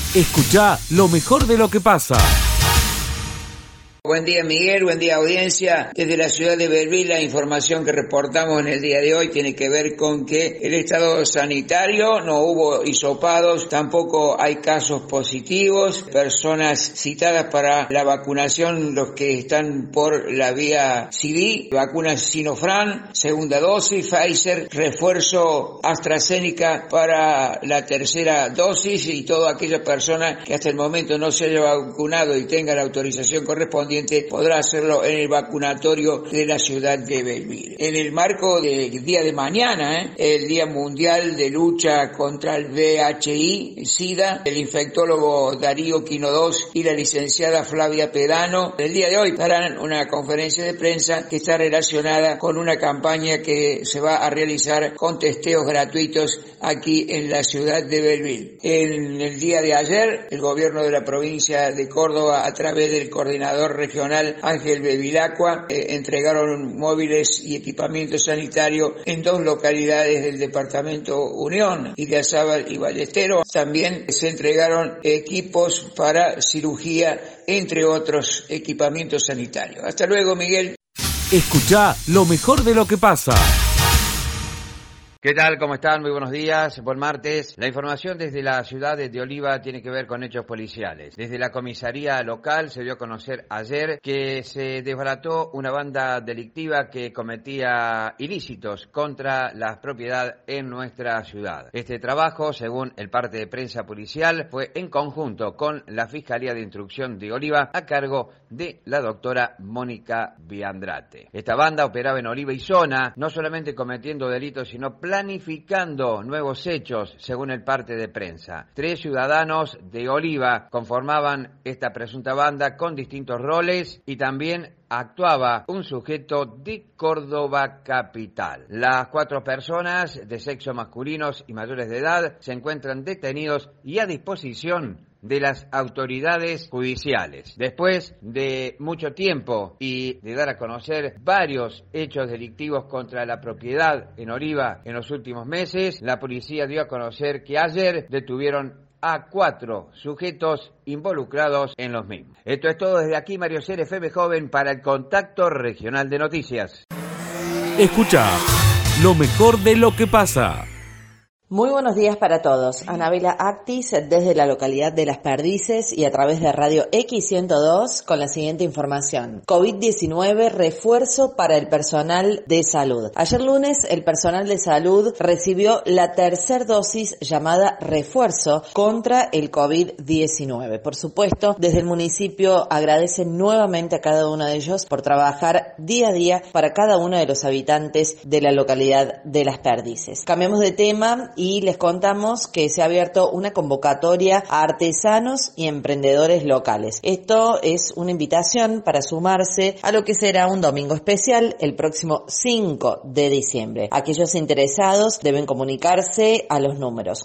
Escuchá lo mejor de lo que pasa. Buen día, Miguel, buen día, audiencia. Desde la ciudad de Belleville, la información que reportamos en el día de hoy tiene que ver con que el estado sanitario, no hubo hisopados, tampoco hay casos positivos, personas citadas para la vacunación, los que están por la vía CD, vacunas Sinopharm, segunda dosis, Pfizer, refuerzo AstraZeneca para la tercera dosis, y toda aquella persona que hasta el momento no se haya vacunado y tenga la autorización correspondiente podrá hacerlo en el vacunatorio de la ciudad de Belleville. En el marco del día de mañana, el Día Mundial de Lucha contra el VIH-Sida, el infectólogo Darío Quinodós y la licenciada Flavia Pedano, el día de hoy darán una conferencia de prensa que está relacionada con una campaña que se va a realizar con testeos gratuitos aquí en la ciudad de Belleville. En el día de ayer, el gobierno de la provincia de Córdoba, a través del coordinador regional Ángel Bevilacqua, entregaron móviles y equipamiento sanitario en dos localidades del departamento Unión, Idiazábal y Ballesteros. También se entregaron equipos para cirugía, entre otros equipamientos sanitarios. Hasta luego, Miguel. Escuchá lo mejor de lo que pasa. ¿Qué tal? ¿Cómo están? Muy buenos días. Buen martes. La información desde la ciudad de Oliva tiene que ver con hechos policiales. Desde la comisaría local se dio a conocer ayer que se desbarató una banda delictiva que cometía ilícitos contra la propiedad en nuestra ciudad. Este trabajo, según el parte de prensa policial, fue en conjunto con la Fiscalía de Instrucción de Oliva a cargo de la doctora Mónica Viandrate. Esta banda operaba en Oliva y zona, no solamente cometiendo delitos, sino planificando nuevos hechos, según el parte de prensa. 3 ciudadanos de Oliva conformaban esta presunta banda con distintos roles y también actuaba un sujeto de Córdoba capital. Las 4 personas de sexo masculinos y mayores de edad se encuentran detenidos y a disposición de las autoridades judiciales. Después de mucho tiempo y de dar a conocer varios hechos delictivos contra la propiedad en Oliva en los últimos meses, la policía dio a conocer que ayer detuvieron a 4 sujetos involucrados en los mismos. Esto es todo desde aquí, Mario Ser, FM Joven, para el Contacto Regional de Noticias. Escucha lo mejor de lo que pasa. Muy buenos días para todos. Anabela Actis desde la localidad de Las Perdices y a través de Radio X102 con la siguiente información. COVID-19, refuerzo para el personal de salud. Ayer lunes el personal de salud recibió la tercera dosis llamada refuerzo contra el COVID-19. Por supuesto, desde el municipio agradecen nuevamente a cada uno de ellos por trabajar día a día para cada uno de los habitantes de la localidad de Las Perdices. Cambiamos de tema y les contamos que se ha abierto una convocatoria a artesanos y emprendedores locales. Esto es una invitación para sumarse a lo que será un domingo especial el próximo 5 de diciembre. Aquellos interesados deben comunicarse a los números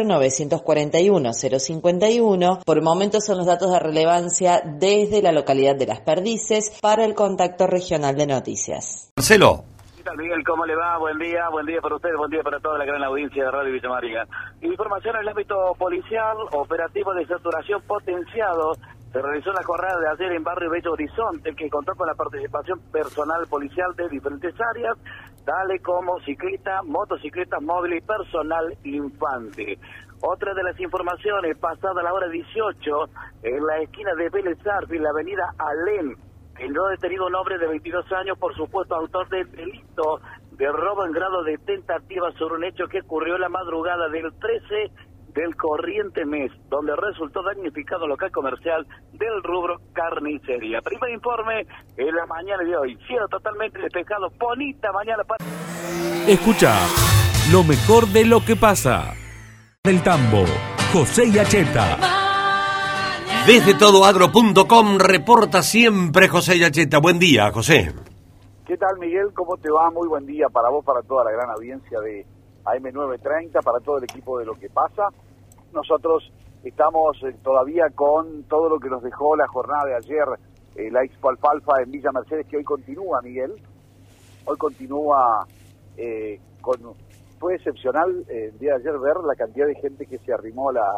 4941-051. Por el momento son los datos de relevancia desde la localidad de Las Perdices para el Contacto Regional de Noticias. Marcelo. ¿Qué tal, Miguel? ¿Cómo le va? Buen día para usted, buen día para toda la gran audiencia de Radio Villa María. Información en el ámbito policial, operativo de saturación potenciado. Se realizó la jornada de ayer en Barrio Bello Horizonte, que contó con la participación personal policial de diferentes áreas, tales como ciclistas, motocicletas móviles y personal infante. Otra de las informaciones, pasada la hora 18, en la esquina de Vélez Arfield, la avenida Alem, quedó detenido un hombre de 22 años, por supuesto autor del delito de robo en grado de tentativa sobre un hecho que ocurrió la madrugada del 13 del corriente mes, donde resultó damnificado local comercial del rubro carnicería. Primer informe en la mañana de hoy. Cielo totalmente despejado, bonita mañana para... Escucha lo mejor de lo que pasa. Del Tambo, José Yacheta. Desde todoagro.com reporta siempre José Yacheta. Buen día, José. ¿Qué tal, Miguel? ¿Cómo te va? Muy buen día para vos, para toda la gran audiencia de AM930, para todo el equipo de Lo que pasa. Nosotros estamos todavía con todo lo que nos dejó la jornada de ayer, la Expo Alfalfa en Villa Mercedes, que hoy continúa, Miguel. Hoy continúa fue excepcional el día de ayer ver la cantidad de gente que se arrimó a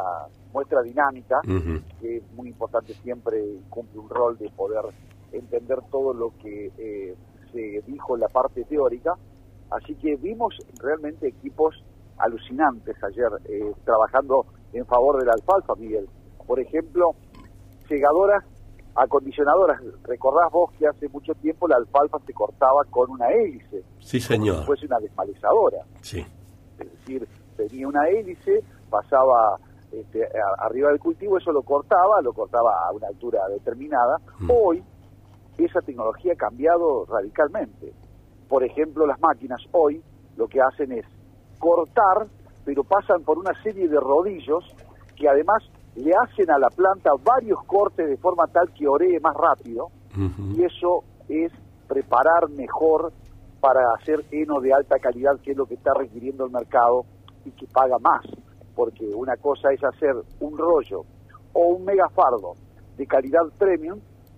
muestra dinámica, que es muy importante siempre, cumple un rol de poder entender todo lo que se dijo en la parte teórica. Así que vimos realmente equipos alucinantes ayer trabajando en favor de la alfalfa, Miguel. Por ejemplo, segadoras, acondicionadoras. Recordás vos que hace mucho tiempo la alfalfa se cortaba con una hélice. Sí, señor. Como si fuese una desmalezadora. Sí. Es decir, tenía una hélice, pasaba arriba del cultivo, eso lo cortaba a una altura determinada. Hoy esa tecnología ha cambiado radicalmente. Por ejemplo, las máquinas hoy lo que hacen es cortar, pero pasan por una serie de rodillos que además le hacen a la planta varios cortes de forma tal que oree más rápido, y eso es preparar mejor para hacer heno de alta calidad, que es lo que está requiriendo el mercado y que paga más, porque una cosa es hacer un rollo o un megafardo de calidad premium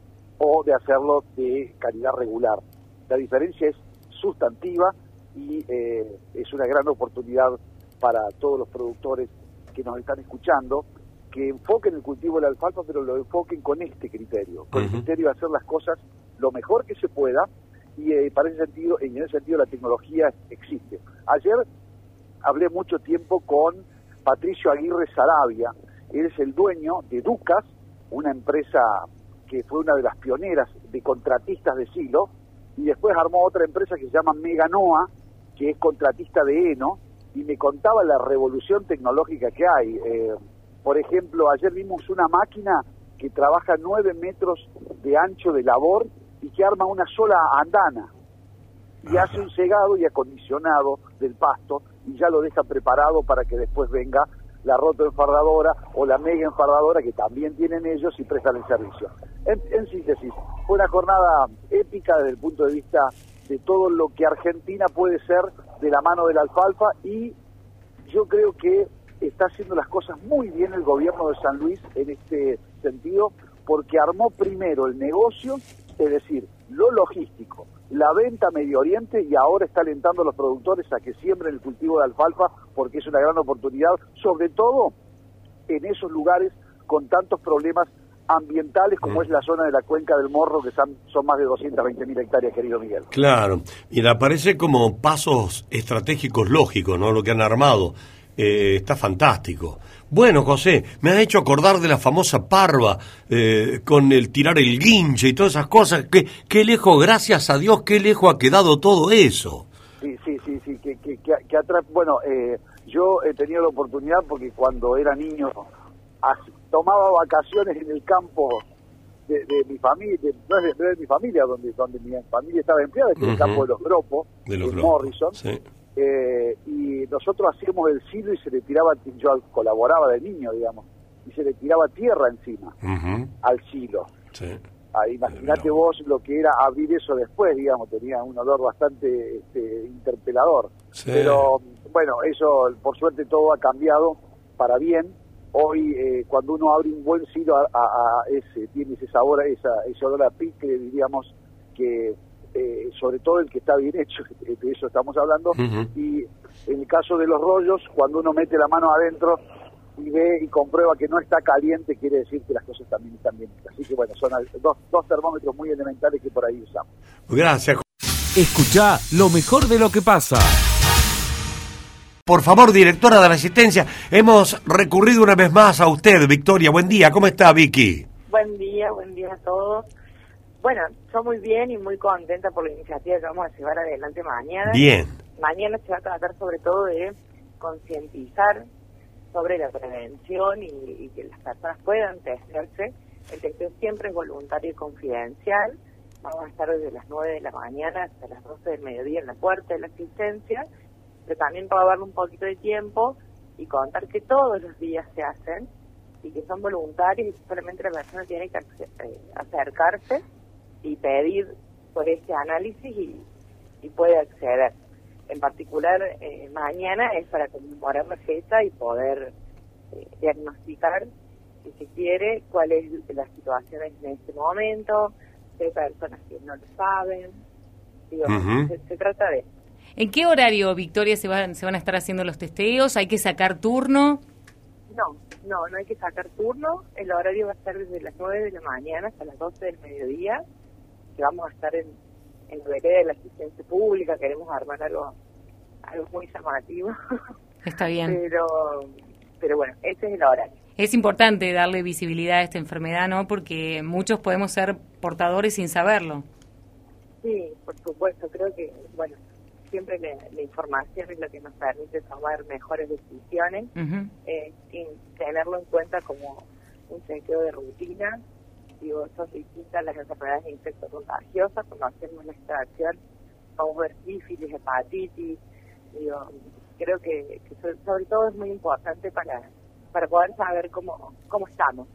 o de hacerlo de calidad regular. La diferencia es sustantiva y es una gran oportunidad para todos los productores que nos están escuchando, que enfoquen el cultivo de la alfalfa, pero lo enfoquen con este criterio, con el criterio de hacer las cosas lo mejor que se pueda, y para ese sentido, en ese sentido la tecnología existe. Ayer hablé mucho tiempo con Patricio Aguirre Sarabia. Él es el dueño de Ducas, una empresa que fue una de las pioneras de contratistas de silo, y después armó otra empresa que se llama Meganoa, que es contratista de heno, y me contaba la revolución tecnológica que hay. Por ejemplo, ayer vimos una máquina que trabaja 9 metros de ancho de labor y que arma una sola andana, y hace un segado y acondicionado del pasto, y ya lo deja preparado para que después venga la rotoenfardadora o la mega enfardadora, que también tienen ellos y prestan el servicio. En síntesis, fue una jornada épica desde el punto de vista de todo lo que Argentina puede ser de la mano de la alfalfa, y yo creo que está haciendo las cosas muy bien el gobierno de San Luis en este sentido, porque armó primero el negocio, es decir, lo logístico, la venta a Medio Oriente, y ahora está alentando a los productores a que siembren el cultivo de alfalfa, porque es una gran oportunidad, sobre todo en esos lugares con tantos problemas ambientales como es la zona de la cuenca del Morro, que son más de 220.000 hectáreas, querido Miguel. Claro, y le aparece como pasos estratégicos lógicos, ¿no? Lo que han armado. Está fantástico. Bueno, José, me has hecho acordar de la famosa parva, con el tirar el guinche y todas esas cosas. Qué lejos, gracias a Dios, qué lejos ha quedado todo eso. Sí, que atrás, bueno, yo he tenido la oportunidad, porque cuando era niño tomaba vacaciones en el campo de mi familia, de mi familia, donde mi familia estaba empleada, que es el campo de los Gropos, de Morrison. Sí. Y nosotros hacíamos el silo y se le tiraba, yo colaboraba de niño, digamos, y se le tiraba tierra encima al silo. Sí. Imagínate vos lo que era abrir eso después, digamos, tenía un olor bastante interpelador. Sí. Pero bueno, eso por suerte todo ha cambiado para bien. Hoy cuando uno abre un buen silo tiene ese sabor, ese olor a pique, diríamos, que sobre todo el que está bien hecho, de eso estamos hablando. Y en el caso de los rollos, cuando uno mete la mano adentro y ve y comprueba que no está caliente, quiere decir que las cosas también están bien hechas. Así que bueno, son dos termómetros muy elementales que por ahí usamos. Gracias. Escuchá lo mejor de lo que pasa. Por favor, directora de la Asistencia, hemos recurrido una vez más a usted, Victoria. Buen día, ¿cómo está, Vicky? Buen día a todos. Bueno, yo muy bien y muy contenta por la iniciativa que vamos a llevar adelante mañana. Bien. Mañana se va a tratar sobre todo de concientizar sobre la prevención y que las personas puedan testearse. El testeo siempre es voluntario y confidencial. Vamos a estar desde las 9 de la mañana hasta las 12 del mediodía en la puerta de la asistencia, pero también para darle un poquito de tiempo y contar que todos los días se hacen y que son voluntarios, y solamente la persona tiene que acercarse y pedir por este análisis y puede acceder. En particular, mañana es para conmemorar la fecha y poder diagnosticar, si se quiere, cuál es la situación en este momento, si hay personas que no lo saben. Digo, se trata de... ¿En qué horario, Victoria, se van a estar haciendo los testeos? ¿Hay que sacar turno? No hay que sacar turno. El horario va a estar desde las 9 de la mañana hasta las 12 del mediodía, que vamos a estar en vereda de la asistencia pública. Queremos armar algo muy llamativo. Está bien. Pero bueno, ese es el horario. Es importante darle visibilidad a esta enfermedad, ¿no? Porque muchos podemos ser portadores sin saberlo. Sí, por supuesto. Creo que, bueno, siempre la información es lo que nos permite tomar mejores decisiones, sin tenerlo en cuenta como un chequeo de rutina. Digo, son distintas las enfermedades infecto-contagiosas. Cuando hacemos la extracción vamos a ver sífilis, hepatitis. Digo, creo que sobre todo es muy importante para poder saber cómo estamos.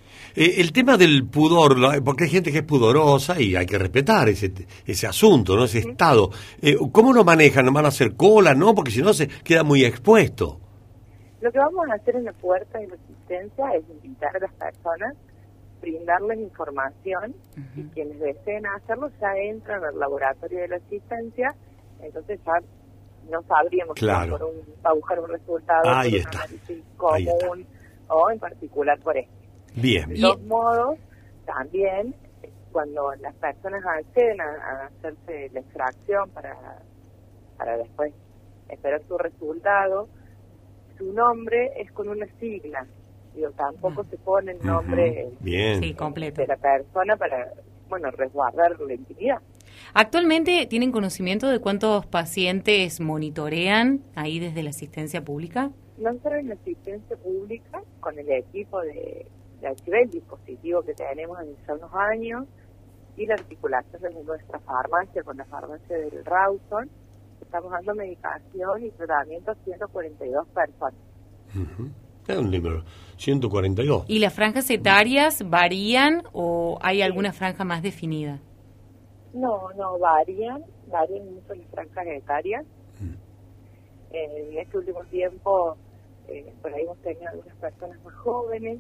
El tema del pudor, porque hay gente que es pudorosa y hay que respetar ese asunto, ¿no? Ese estado. ¿Cómo lo manejan? ¿No van a hacer cola? ¿No? Porque si no se queda muy expuesto. Lo que vamos a hacer en la puerta de la asistencia es invitar a las personas, brindarles información, y quienes deseen hacerlo ya entran al laboratorio de la asistencia. Entonces ya no sabríamos si va a buscar un resultado por un análisis común o en particular por este. Bien. De todos modos, también cuando las personas acceden a hacerse la extracción para después esperar su resultado, su nombre es con una sigla. Digo, tampoco se pone el nombre completo de la persona para, resguardar la intimidad. ¿Actualmente tienen conocimiento de cuántos pacientes monitorean ahí desde la asistencia pública? Nosotros en la asistencia pública, con el equipo de el dispositivo que tenemos desde hace unos años y la articulación desde nuestra farmacia con la farmacia del Rawson, estamos dando medicación y tratamiento a 142 personas. Es un número, 142. ¿Y las franjas etarias varían o hay alguna franja más definida? No, varían mucho las franjas etarias. En este último tiempo, por ahí hemos tenido algunas personas más jóvenes,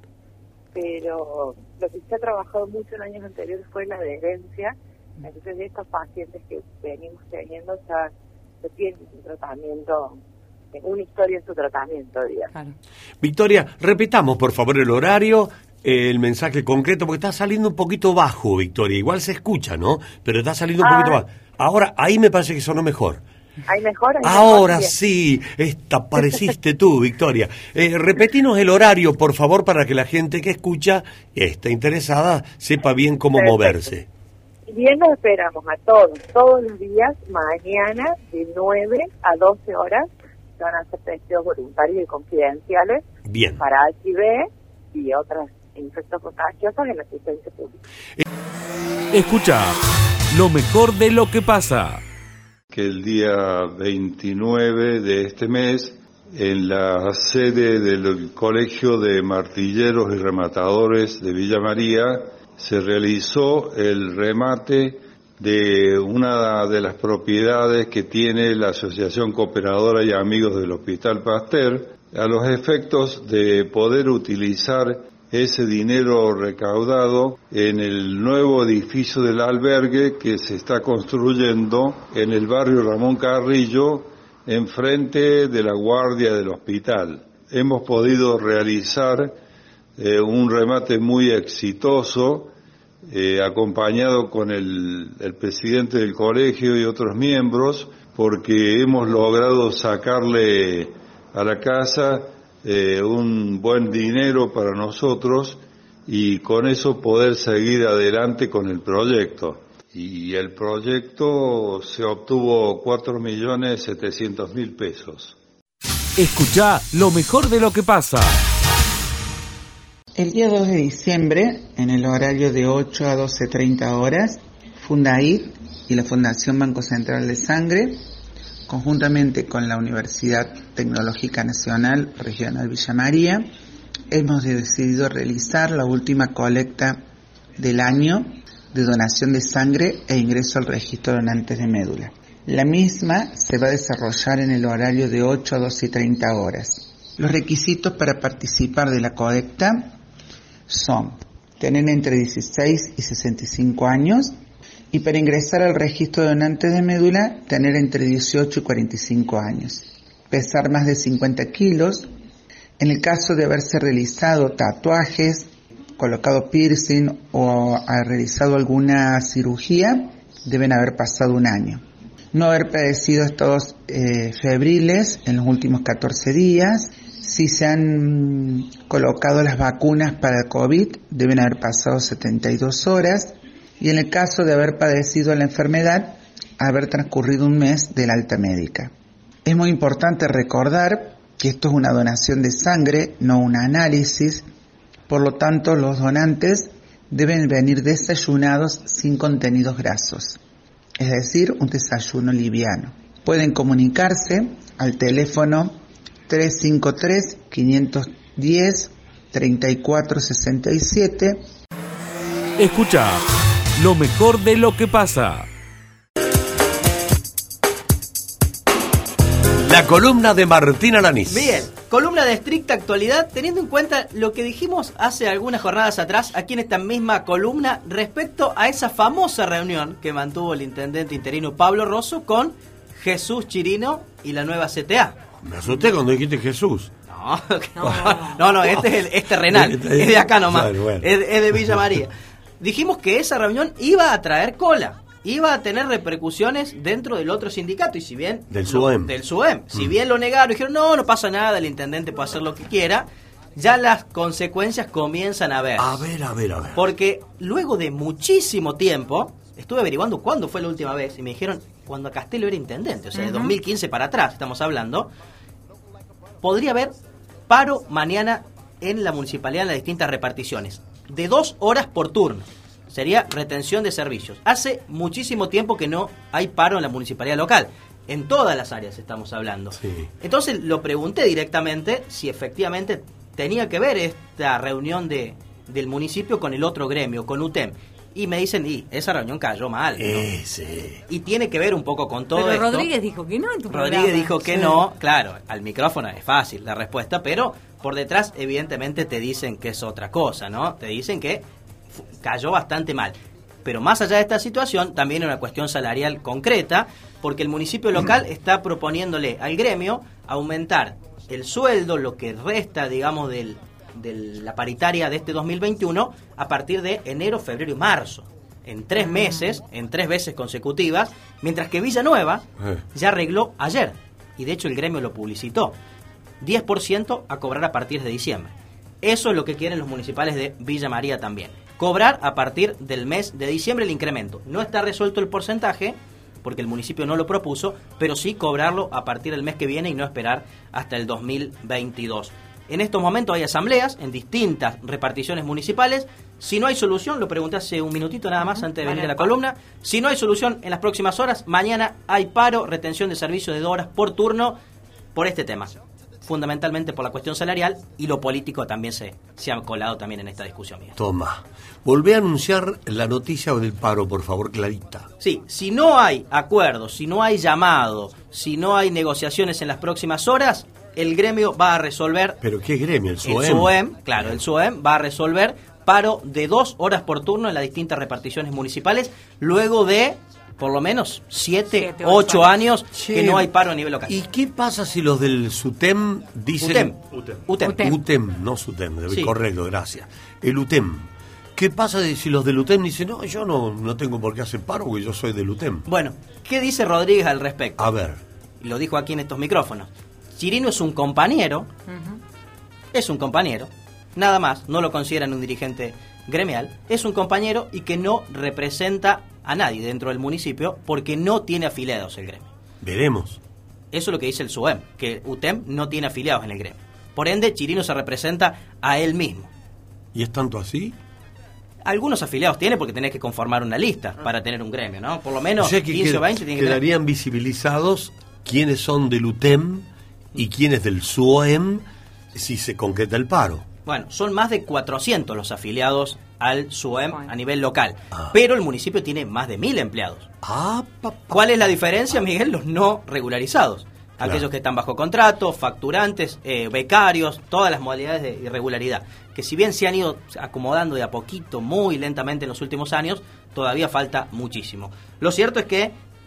pero lo que se ha trabajado mucho en años anteriores fue la adherencia. Entonces, de estos pacientes que venimos teniendo ya tienen un tratamiento, una historia en su tratamiento, digamos. Claro. Victoria, repitamos por favor el horario, el mensaje concreto, porque está saliendo un poquito bajo, Victoria. Igual se escucha, ¿no? Pero está saliendo un poquito bajo. Ahora, ahí me parece que sonó mejor. ¿Hay mejor? Ahora sí, pareciste tú, Victoria. Repetinos el horario, por favor, para que la gente que escucha, está interesada, sepa bien cómo moverse. Bien, los esperamos a todos los días, mañana, de 9 a 12 horas, se van a hacer testeos voluntarios y confidenciales para HIV y otras infectos contagiosos en la asistencia pública. Escucha lo mejor de lo que pasa. Que el día 29 de este mes, en la sede del Colegio de Martilleros y Rematadores de Villa María, se realizó el remate de una de las propiedades que tiene la Asociación Cooperadora y Amigos del Hospital Pasteur, a los efectos de poder utilizar ese dinero recaudado en el nuevo edificio del albergue que se está construyendo en el barrio Ramón Carrillo, enfrente de la guardia del hospital. Hemos podido realizar un remate muy exitoso, acompañado con el presidente del colegio y otros miembros, porque hemos logrado sacarle a la casa un buen dinero para nosotros y con eso poder seguir adelante con el proyecto. Y el proyecto se obtuvo 4.700.000 pesos. Escuchá lo mejor de lo que pasa. El día 2 de diciembre, en el horario de 8 a 12:30 horas, Fundaid y la Fundación Banco Central de Sangre, conjuntamente con la Universidad Tecnológica Nacional Regional Villa María, hemos decidido realizar la última colecta del año de donación de sangre e ingreso al registro de donantes de médula. La misma se va a desarrollar en el horario de 8 a 12:30 horas. Los requisitos para participar de la colecta son tener entre 16 y 65 años y para ingresar al registro de donantes de médula tener entre 18 y 45 años, pesar más de 50 kilos En el caso de haberse realizado tatuajes, colocado piercing o ha realizado alguna cirugía, deben haber pasado 1 año. No haber padecido estados febriles en los últimos 14 días. Si se han colocado las vacunas para el COVID, deben haber pasado 72 horas. Y en el caso de haber padecido la enfermedad, haber transcurrido 1 mes de la alta médica. Es muy importante recordar que esto es una donación de sangre, no un análisis. Por lo tanto, los donantes deben venir desayunados sin contenidos grasos, es decir, un desayuno liviano. Pueden comunicarse al teléfono 353-510-3467. Escucha lo mejor de lo que pasa. La columna de Martín Alanís. Bien, columna de estricta actualidad, teniendo en cuenta lo que dijimos hace algunas jornadas atrás, aquí en esta misma columna, respecto a esa famosa reunión que mantuvo el intendente interino Pablo Rosso con Jesús Chirino y la nueva CTA. Me asusté cuando dijiste Jesús. No, este es terrenal, es de acá nomás, bueno. Es de Villa María. Dijimos que esa reunión iba a traer cola, iba a tener repercusiones dentro del otro sindicato, y si bien... Del SUEM. Si bien lo negaron, dijeron, no pasa nada, el intendente puede hacer lo que quiera, ya las consecuencias comienzan a ver. A ver. Porque luego de muchísimo tiempo, estuve averiguando cuándo fue la última vez, y me dijeron, cuando Castelo era intendente, o sea, de 2015 para atrás estamos hablando, podría haber paro mañana en la municipalidad en las distintas reparticiones, de 2 horas por turno. Sería retención de servicios. Hace muchísimo tiempo que no hay paro en la municipalidad local. En todas las áreas estamos hablando. Sí. Entonces lo pregunté directamente si efectivamente tenía que ver esta reunión del municipio con el otro gremio, con UTEM. Y me dicen, esa reunión cayó mal, ¿no? Sí. Y tiene que ver un poco con todo pero esto. Rodríguez dijo que no en tu Rodríguez programa. dijo que no, claro, al micrófono es fácil la respuesta, pero por detrás evidentemente te dicen que es otra cosa, ¿no? Te dicen que cayó bastante mal. Pero más allá de esta situación, también hay una cuestión salarial concreta, porque el municipio local está proponiéndole al gremio aumentar el sueldo, lo que resta, digamos, de la paritaria de este 2021, a partir de enero, febrero y marzo. En 3 meses, en 3 veces consecutivas, mientras que Villanueva ya arregló ayer, y de hecho el gremio lo publicitó, 10% a cobrar a partir de diciembre. Eso es lo que quieren los municipales de Villa María también. Cobrar a partir del mes de diciembre el incremento. No está resuelto el porcentaje, porque el municipio no lo propuso, pero sí cobrarlo a partir del mes que viene y no esperar hasta el 2022. En estos momentos hay asambleas en distintas reparticiones municipales. Si no hay solución, lo pregunté hace un minutito nada más antes de venir a la columna, si no hay solución en las próximas horas, mañana hay paro, retención de servicio de 2 horas por turno por este tema. Fundamentalmente por la cuestión salarial, y lo político también se ha colado también en esta discusión mía. Toma. Volvé a anunciar la noticia del paro, por favor, clarita. Sí, si no hay acuerdo, si no hay llamado, si no hay negociaciones en las próximas horas, el gremio va a resolver... ¿Pero qué gremio? ¿El SUEM? El SUEM, claro, el SUEM va a resolver paro de 2 horas por turno en las distintas reparticiones municipales, luego de... por lo menos 7, 8 años que no hay paro a nivel local. ¿Y qué pasa si los del SUTEM dicen... UTEM, no SUTEM, Sí. Correcto, gracias. El UTEM. ¿Qué pasa si los del UTEM dicen, no, yo no tengo por qué hacer paro porque yo soy del UTEM? Bueno, ¿qué dice Rodríguez al respecto? A ver. Lo dijo aquí en estos micrófonos. Chirino es un compañero, es un compañero, nada más, no lo consideran un dirigente gremial, es un compañero y que no representa a nadie dentro del municipio porque no tiene afiliados el gremio. Veremos. Eso es lo que dice el SUEM, que UTEM no tiene afiliados en el gremio. Por ende, Chirino se representa a él mismo. ¿Y es tanto así? Algunos afiliados tiene porque tenés que conformar una lista para tener un gremio, ¿no? Por lo menos 15 o 20 tienen que tener. Quedarían visibilizados quiénes son del UTEM y quiénes del SUEM si se concreta el paro. Bueno, son más de 400 los afiliados al SUEM a nivel local, pero el municipio tiene más de 1000 empleados. ¿Cuál es la diferencia, Miguel? Los no regularizados. Claro. Aquellos que están bajo contrato, facturantes, becarios, todas las modalidades de irregularidad, que si bien se han ido acomodando de a poquito, muy lentamente en los últimos años, todavía falta muchísimo. Lo cierto es que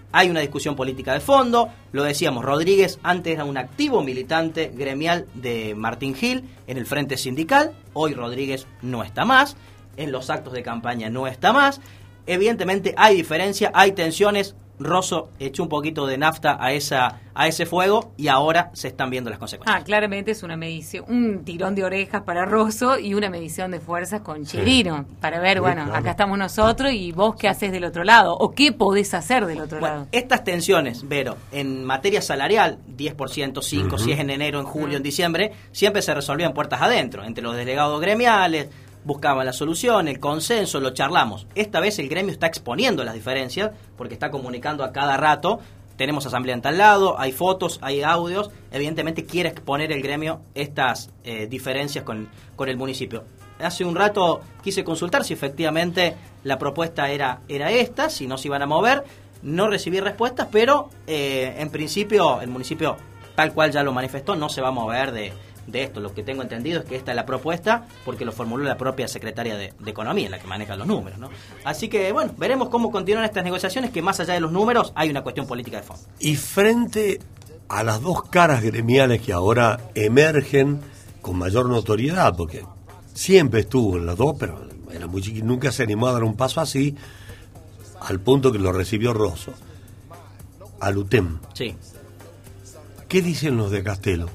hay una discusión política de fondo. Lo decíamos, Rodríguez antes era un activo militante gremial de Martín Gil en el frente sindical. Hoy Rodríguez no está más, en los actos de campaña no está más. Evidentemente hay diferencia, hay tensiones. Rosso echó un poquito de nafta a ese fuego y ahora se están viendo las consecuencias. Claramente es una medición, un tirón de orejas para Rosso y una medición de fuerzas con Chirino, para ver, claro, acá estamos nosotros y vos qué haces del otro lado, o qué podés hacer del otro lado. Estas tensiones, Vero, en materia salarial, 10%, 5%, si es en enero, en julio, en diciembre, siempre se resolvían puertas adentro, entre los delegados gremiales, buscaban la solución, el consenso, lo charlamos. Esta vez el gremio está exponiendo las diferencias porque está comunicando a cada rato. Tenemos asamblea en tal lado, hay fotos, hay audios. Evidentemente quiere exponer el gremio estas diferencias con el municipio. Hace un rato quise consultar si efectivamente la propuesta era esta, si no se iban a mover. No recibí respuestas, pero en principio el municipio, tal cual ya lo manifestó, no se va a mover de esto. Lo que tengo entendido es que esta es la propuesta porque lo formuló la propia secretaria de Economía, la que maneja los números, ¿no? Así que, bueno, veremos cómo continúan estas negociaciones, que más allá de los números hay una cuestión política de fondo. Y frente a las dos caras gremiales que ahora emergen con mayor notoriedad, porque siempre estuvo en las dos, pero era muy chiquito, nunca se animó a dar un paso así, al punto que lo recibió Rosso, al UTEM. Sí. ¿Qué dicen los de Castelo?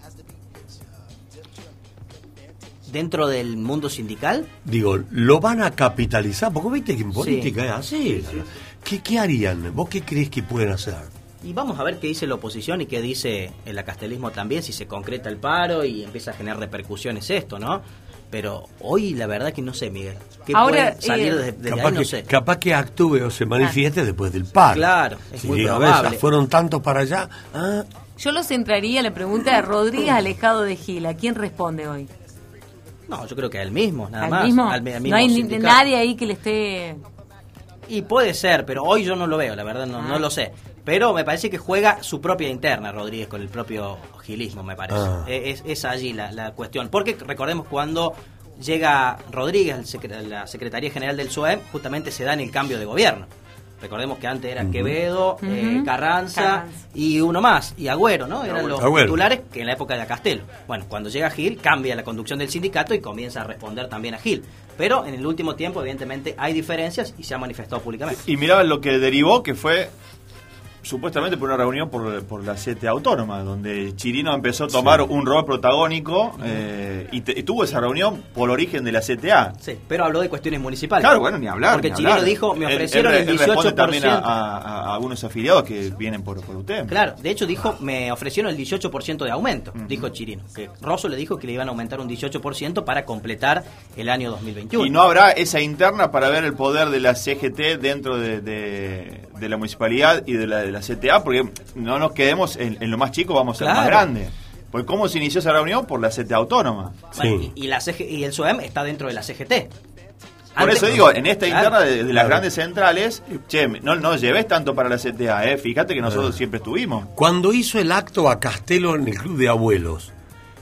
Dentro del mundo sindical, digo, lo van a capitalizar, porque viste que en política es así. Sí. ¿Qué harían? ¿Vos qué crees que pueden hacer? Y vamos a ver qué dice la oposición y qué dice el acastelismo también, si se concreta el paro y empieza a generar repercusiones esto, ¿no? Pero hoy la verdad que no sé, Miguel. ¿Qué ahora, puede salir desde ahí? No sé. Capaz que actúe o se manifieste después del paro. Claro, es muy probable. A ver, fueron tantos para allá. Yo lo centraría la pregunta de Rodríguez alejado de Gil. ¿A quién responde hoy? No, yo creo que a él mismo, nada ¿Al más. Mismo? Al mismo no hay sindicato. Nadie ahí que le esté... Y puede ser, pero hoy yo no lo veo, la verdad no lo sé. Pero me parece que juega su propia interna Rodríguez con el propio gilismo, me parece. Es allí la cuestión. Porque recordemos cuando llega Rodríguez a la Secretaría General del SUEM, justamente se da en el cambio de gobierno. Recordemos que antes era Quevedo, Carranza y uno más, y Agüero, ¿no? Eran los titulares que en la época de Castelo. Bueno, cuando llega Gil, cambia la conducción del sindicato y comienza a responder también a Gil. Pero en el último tiempo, evidentemente, hay diferencias y se ha manifestado públicamente. Y mirá lo que derivó, que fue supuestamente por una reunión por la CTA Autónoma, donde Chirino empezó a tomar un rol protagónico y tuvo esa reunión por origen de la CTA. Sí, pero habló de cuestiones municipales. Claro, bueno, ni hablar. Porque Chirino dijo, me ofrecieron el 18%. Responde también a algunos afiliados que vienen por usted. Claro, de hecho dijo, me ofrecieron el 18% de aumento, dijo Chirino. Que Rosso le dijo que le iban a aumentar un 18% para completar el año 2021. Y no habrá esa interna para ver el poder de la CGT dentro de la municipalidad y de la CTA, porque no nos quedemos en lo más chico, vamos a ser más grande. Porque ¿cómo se inició esa reunión? Por la CTA Autónoma. Bueno, y el SUEM está dentro de la CGT. Por eso digo, en esta interna de las grandes centrales, no lleves tanto para la CTA, fíjate que nosotros siempre estuvimos. Cuando hizo el acto a Castelo en el Club de Abuelos,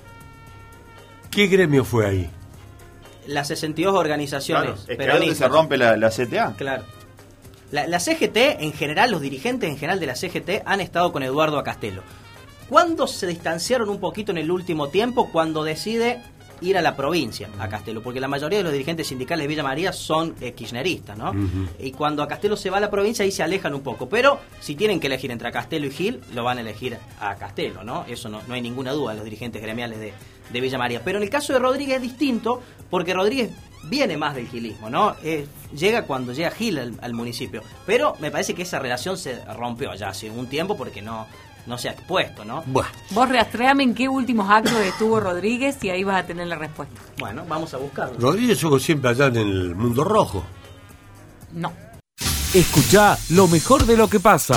¿qué gremio fue ahí? Las 62 organizaciones. Claro, es que ahí donde se rompe la CTA. Claro. La CGT, en general, los dirigentes en general de la CGT han estado con Eduardo Castelo. ¿Cuándo se distanciaron un poquito en el último tiempo? Cuando decide ir a la provincia, a Castelo, porque la mayoría de los dirigentes sindicales de Villa María son kirchneristas, ¿no? Y cuando a Castelo se va a la provincia, ahí se alejan un poco, pero si tienen que elegir entre Castelo y Gil, lo van a elegir a Castelo, ¿no? Eso no hay ninguna duda, los dirigentes gremiales de Villa María. Pero en el caso de Rodríguez es distinto, porque Rodríguez viene más del gilismo, ¿no? Llega cuando llega Gil al municipio, pero me parece que esa relación se rompió ya hace un tiempo porque no se ha expuesto, ¿no? Bueno. Vos rastreame en qué últimos actos estuvo Rodríguez y ahí vas a tener la respuesta. Bueno, vamos a buscarlo. Rodríguez estuvo siempre allá en el Mundo Rojo. No. Escuchá lo mejor de lo que pasa.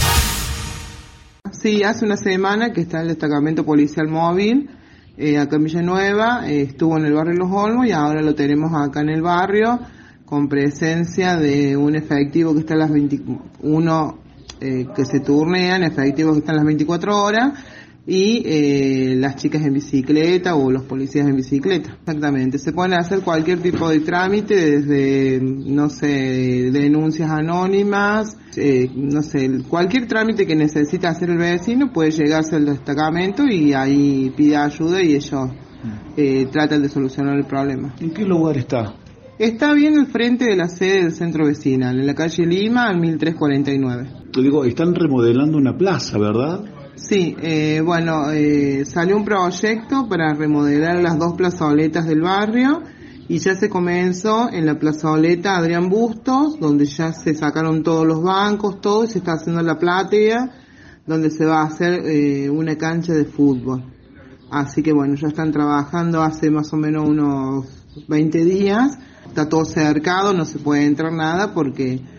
Sí, hace una semana que está el destacamento policial móvil acá en Villanueva, estuvo en el barrio Los Olmos y ahora lo tenemos acá en el barrio con presencia de un efectivo que está a las 21 que se turnean, efectivos que están las 24 horas y las chicas en bicicleta o los policías en bicicleta. Exactamente, se pueden hacer cualquier tipo de trámite, desde, no sé, denuncias anónimas, no sé, cualquier trámite que necesite hacer el vecino puede llegarse al destacamento y ahí pide ayuda y ellos tratan de solucionar el problema. ¿En qué lugar está? Está bien al frente de la sede del centro vecinal, en la calle Lima, al 1349. Te digo, están remodelando una plaza, ¿verdad? Sí, salió un proyecto para remodelar las 2 plazoletas del barrio y ya se comenzó en la plazoleta Adrián Bustos, donde ya se sacaron todos los bancos, todo, y se está haciendo la platea, donde se va a hacer una cancha de fútbol. Así que bueno, ya están trabajando hace más o menos unos 20 días. Está todo cercado, no se puede entrar nada porque